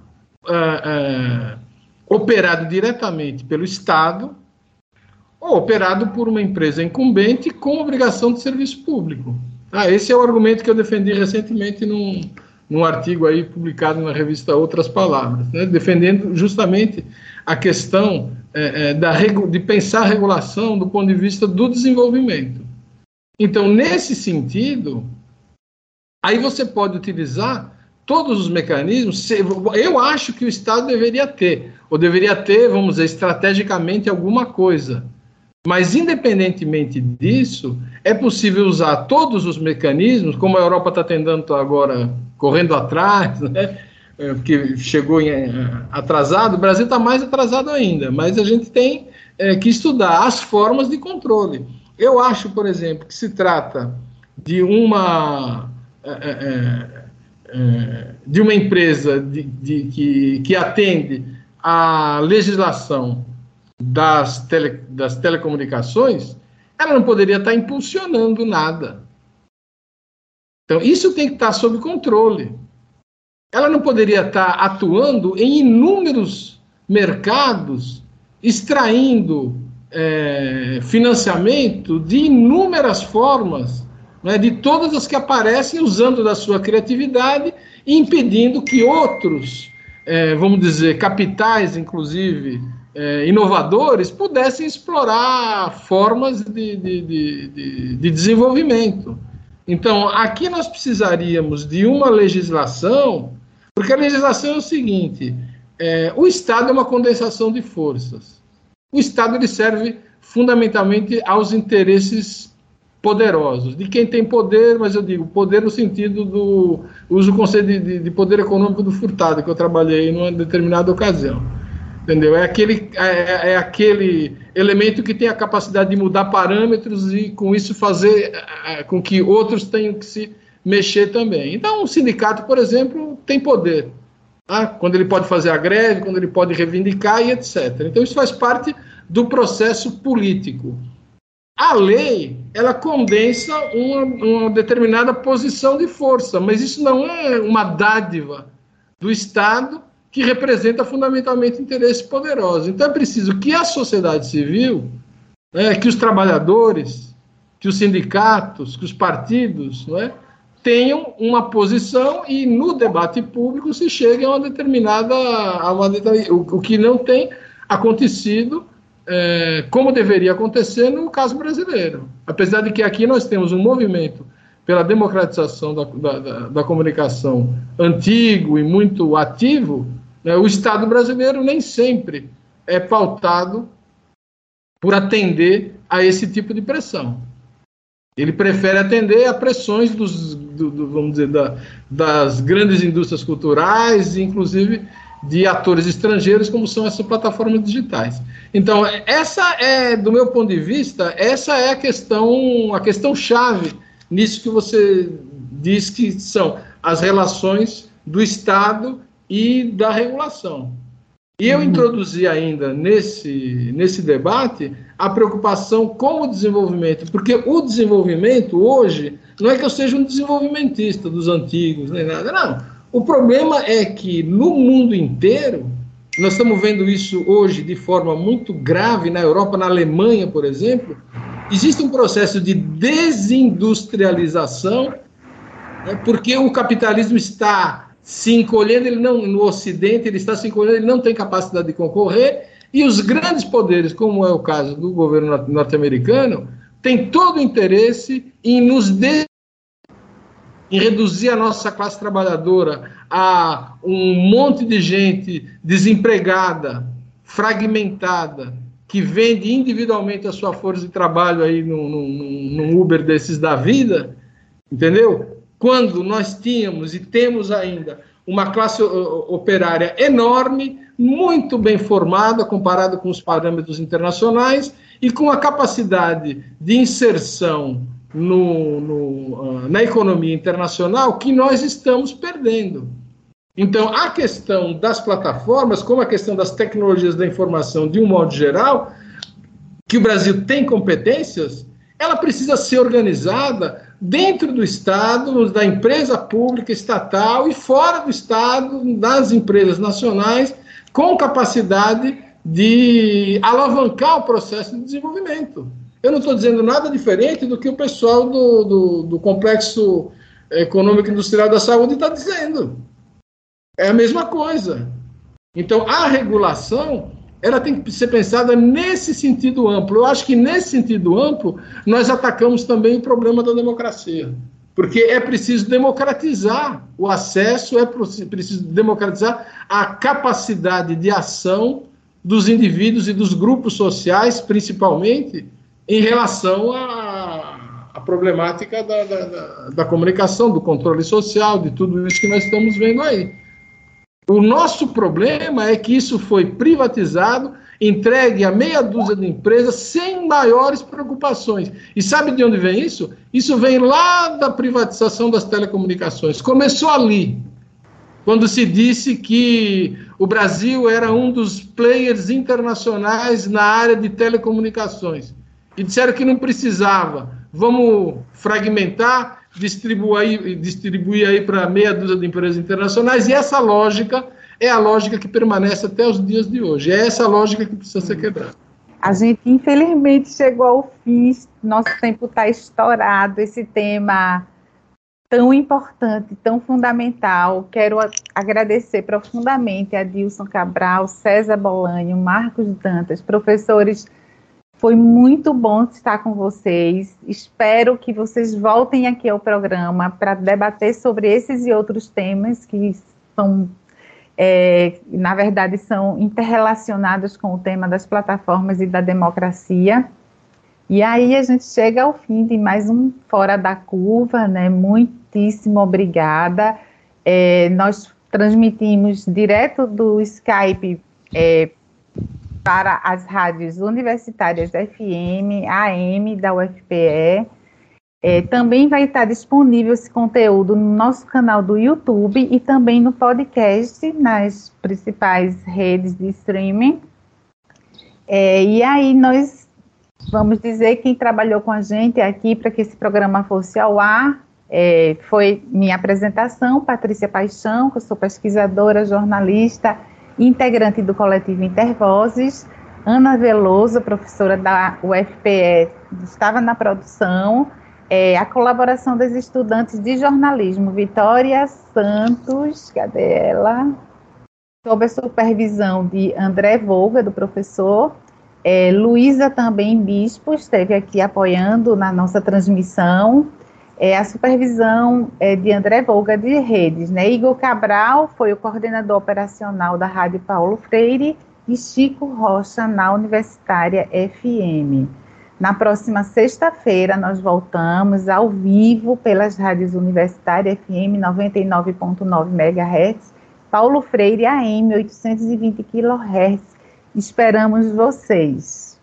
operado diretamente pelo Estado, ou operado por uma empresa incumbente com obrigação de serviço público. Esse é o argumento que eu defendi recentemente num artigo aí publicado na revista Outras Palavras, né, defendendo justamente a questão de pensar a regulação do ponto de vista do desenvolvimento. Então, nesse sentido, aí você pode utilizar todos os mecanismos. Eu acho que o Estado deveria ter, vamos dizer, estrategicamente alguma coisa. Mas, independentemente disso, é possível usar todos os mecanismos, como a Europa está tentando agora, correndo atrás, né? Porque chegou atrasado. O Brasil está mais atrasado ainda, mas a gente tem que estudar as formas de controle. Eu acho, por exemplo, que se trata de uma empresa que atende à legislação das telecomunicações, ela não poderia estar impulsionando nada. Então, isso tem que estar sob controle. Ela não poderia estar atuando em inúmeros mercados, extraindo financiamento de inúmeras formas, né, de todas as que aparecem, usando da sua criatividade e impedindo que outros, vamos dizer, capitais, inclusive, inovadores, pudessem explorar formas de desenvolvimento. Então, aqui nós precisaríamos de uma legislação, porque a legislação é o seguinte: o Estado é uma condensação de forças. O Estado ele serve fundamentalmente aos interesses poderosos, de quem tem poder, mas eu digo poder no sentido do uso o conceito de poder econômico do Furtado, que eu trabalhei em uma determinada ocasião. Entendeu? É aquele elemento que tem a capacidade de mudar parâmetros e, com isso, fazer com que outros tenham que se mexer também. Então, o sindicato, por exemplo, tem poder. Tá? Quando ele pode fazer a greve, quando ele pode reivindicar e etc. Então, isso faz parte do processo político. A lei, ela condensa uma determinada posição de força, mas isso não é uma dádiva do Estado que representa fundamentalmente interesses poderosos. Então é preciso que a sociedade civil, que os trabalhadores, que os sindicatos, que os partidos, tenham uma posição e no debate público se chegue a uma determinada... o que não tem acontecido como deveria acontecer no caso brasileiro. Apesar de que aqui nós temos um movimento pela democratização da comunicação antigo e muito ativo, o Estado brasileiro nem sempre é pautado por atender a esse tipo de pressão. Ele prefere atender a pressões vamos dizer, das grandes indústrias culturais, inclusive de atores estrangeiros, como são essas plataformas digitais. Então, essa é, do meu ponto de vista, essa é a questão chave nisso que você diz que são as relações do Estado e da regulação. E eu introduzi ainda nesse debate a preocupação com o desenvolvimento, porque o desenvolvimento hoje não é que eu seja um desenvolvimentista dos antigos, nem nada, não. O problema é que no mundo inteiro, nós estamos vendo isso hoje de forma muito grave na Europa, na Alemanha, por exemplo, existe um processo de desindustrialização, né, porque o capitalismo está se encolhendo, ele não, no Ocidente, ele está se encolhendo, ele não tem capacidade de concorrer, e os grandes poderes, como é o caso do governo norte-americano, têm todo o interesse em em reduzir a nossa classe trabalhadora a um monte de gente desempregada, fragmentada, que vende individualmente a sua força de trabalho aí num Uber desses da vida, entendeu? Quando nós tínhamos e temos ainda uma classe operária enorme, muito bem formada, comparado com os parâmetros internacionais, e com a capacidade de inserção na economia internacional que nós estamos perdendo. Então, a questão das plataformas, como a questão das tecnologias da informação de um modo geral, que o Brasil tem competências, ela precisa ser organizada dentro do Estado, da empresa pública, estatal, e fora do Estado, das empresas nacionais, com capacidade de alavancar o processo de desenvolvimento. Eu não estou dizendo nada diferente do que o pessoal do Complexo Econômico Industrial da Saúde está dizendo. É a mesma coisa. Então, a regulação, ela tem que ser pensada nesse sentido amplo. Eu acho que nesse sentido amplo, nós atacamos também o problema da democracia. Porque é preciso democratizar o acesso, é preciso democratizar a capacidade de ação dos indivíduos e dos grupos sociais, principalmente, em relação à problemática da comunicação, do controle social, de tudo isso que nós estamos vendo aí. O nosso problema é que isso foi privatizado, entregue a meia dúzia de empresas sem maiores preocupações. E sabe de onde vem isso? Isso vem lá da privatização das telecomunicações. Começou ali, quando se disse que o Brasil era um dos players internacionais na área de telecomunicações. E disseram que não precisava. Vamos fragmentar, distribuir aí para meia dúzia de empresas internacionais, e essa lógica é a lógica que permanece até os dias de hoje. É essa lógica que precisa ser quebrada. A gente, infelizmente, chegou ao fim, nosso tempo está estourado, esse tema tão importante, tão fundamental. Quero agradecer profundamente a Dilson Cabral, César Bolanho, Marcos Dantas, professores. Foi muito bom estar com vocês. Espero que vocês voltem aqui ao programa para debater sobre esses e outros temas que são, na verdade, são interrelacionados com o tema das plataformas e da democracia. E aí a gente chega ao fim de mais um Fora da Curva, né? Muitíssimo obrigada. Nós transmitimos direto do Skype para as rádios universitárias FM, AM da UFPE. Também vai estar disponível esse conteúdo no nosso canal do YouTube e também no podcast, nas principais redes de streaming. E aí nós vamos dizer quem trabalhou com a gente aqui para que esse programa fosse ao ar. Foi minha apresentação, Patrícia Paixão, que eu sou pesquisadora, jornalista, integrante do coletivo Intervozes. Ana Veloso, professora da UFPE, estava na produção. A colaboração das estudantes de jornalismo, Vitória Santos, cadê ela? Sob a supervisão de André Volga, do professor. Luísa também Bispo esteve aqui apoiando na nossa transmissão. A supervisão de André Volga de redes, né? Igor Cabral foi o coordenador operacional da Rádio Paulo Freire e Chico Rocha na Universitária FM. Na próxima sexta-feira nós voltamos ao vivo pelas rádios Universitária FM 99.9 MHz Paulo Freire AM 820 kHz. Esperamos vocês.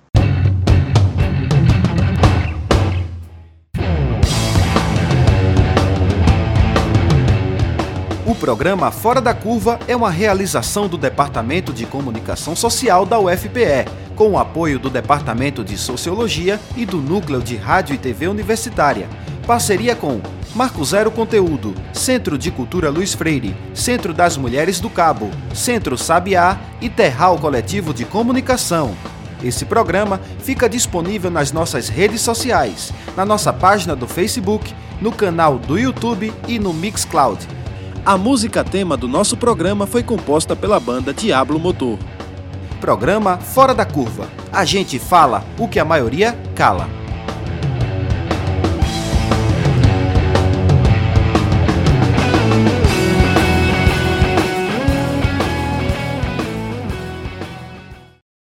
O programa Fora da Curva é uma realização do Departamento de Comunicação Social da UFPE, com o apoio do Departamento de Sociologia e do Núcleo de Rádio e TV Universitária. Parceria com Marco Zero Conteúdo, Centro de Cultura Luiz Freire, Centro das Mulheres do Cabo, Centro Sabiá e Terral Coletivo de Comunicação. Esse programa fica disponível nas nossas redes sociais, na nossa página do Facebook, no canal do YouTube e no Mixcloud. A música tema do nosso programa foi composta pela banda Diablo Motor. Programa Fora da Curva. A gente fala o que a maioria cala.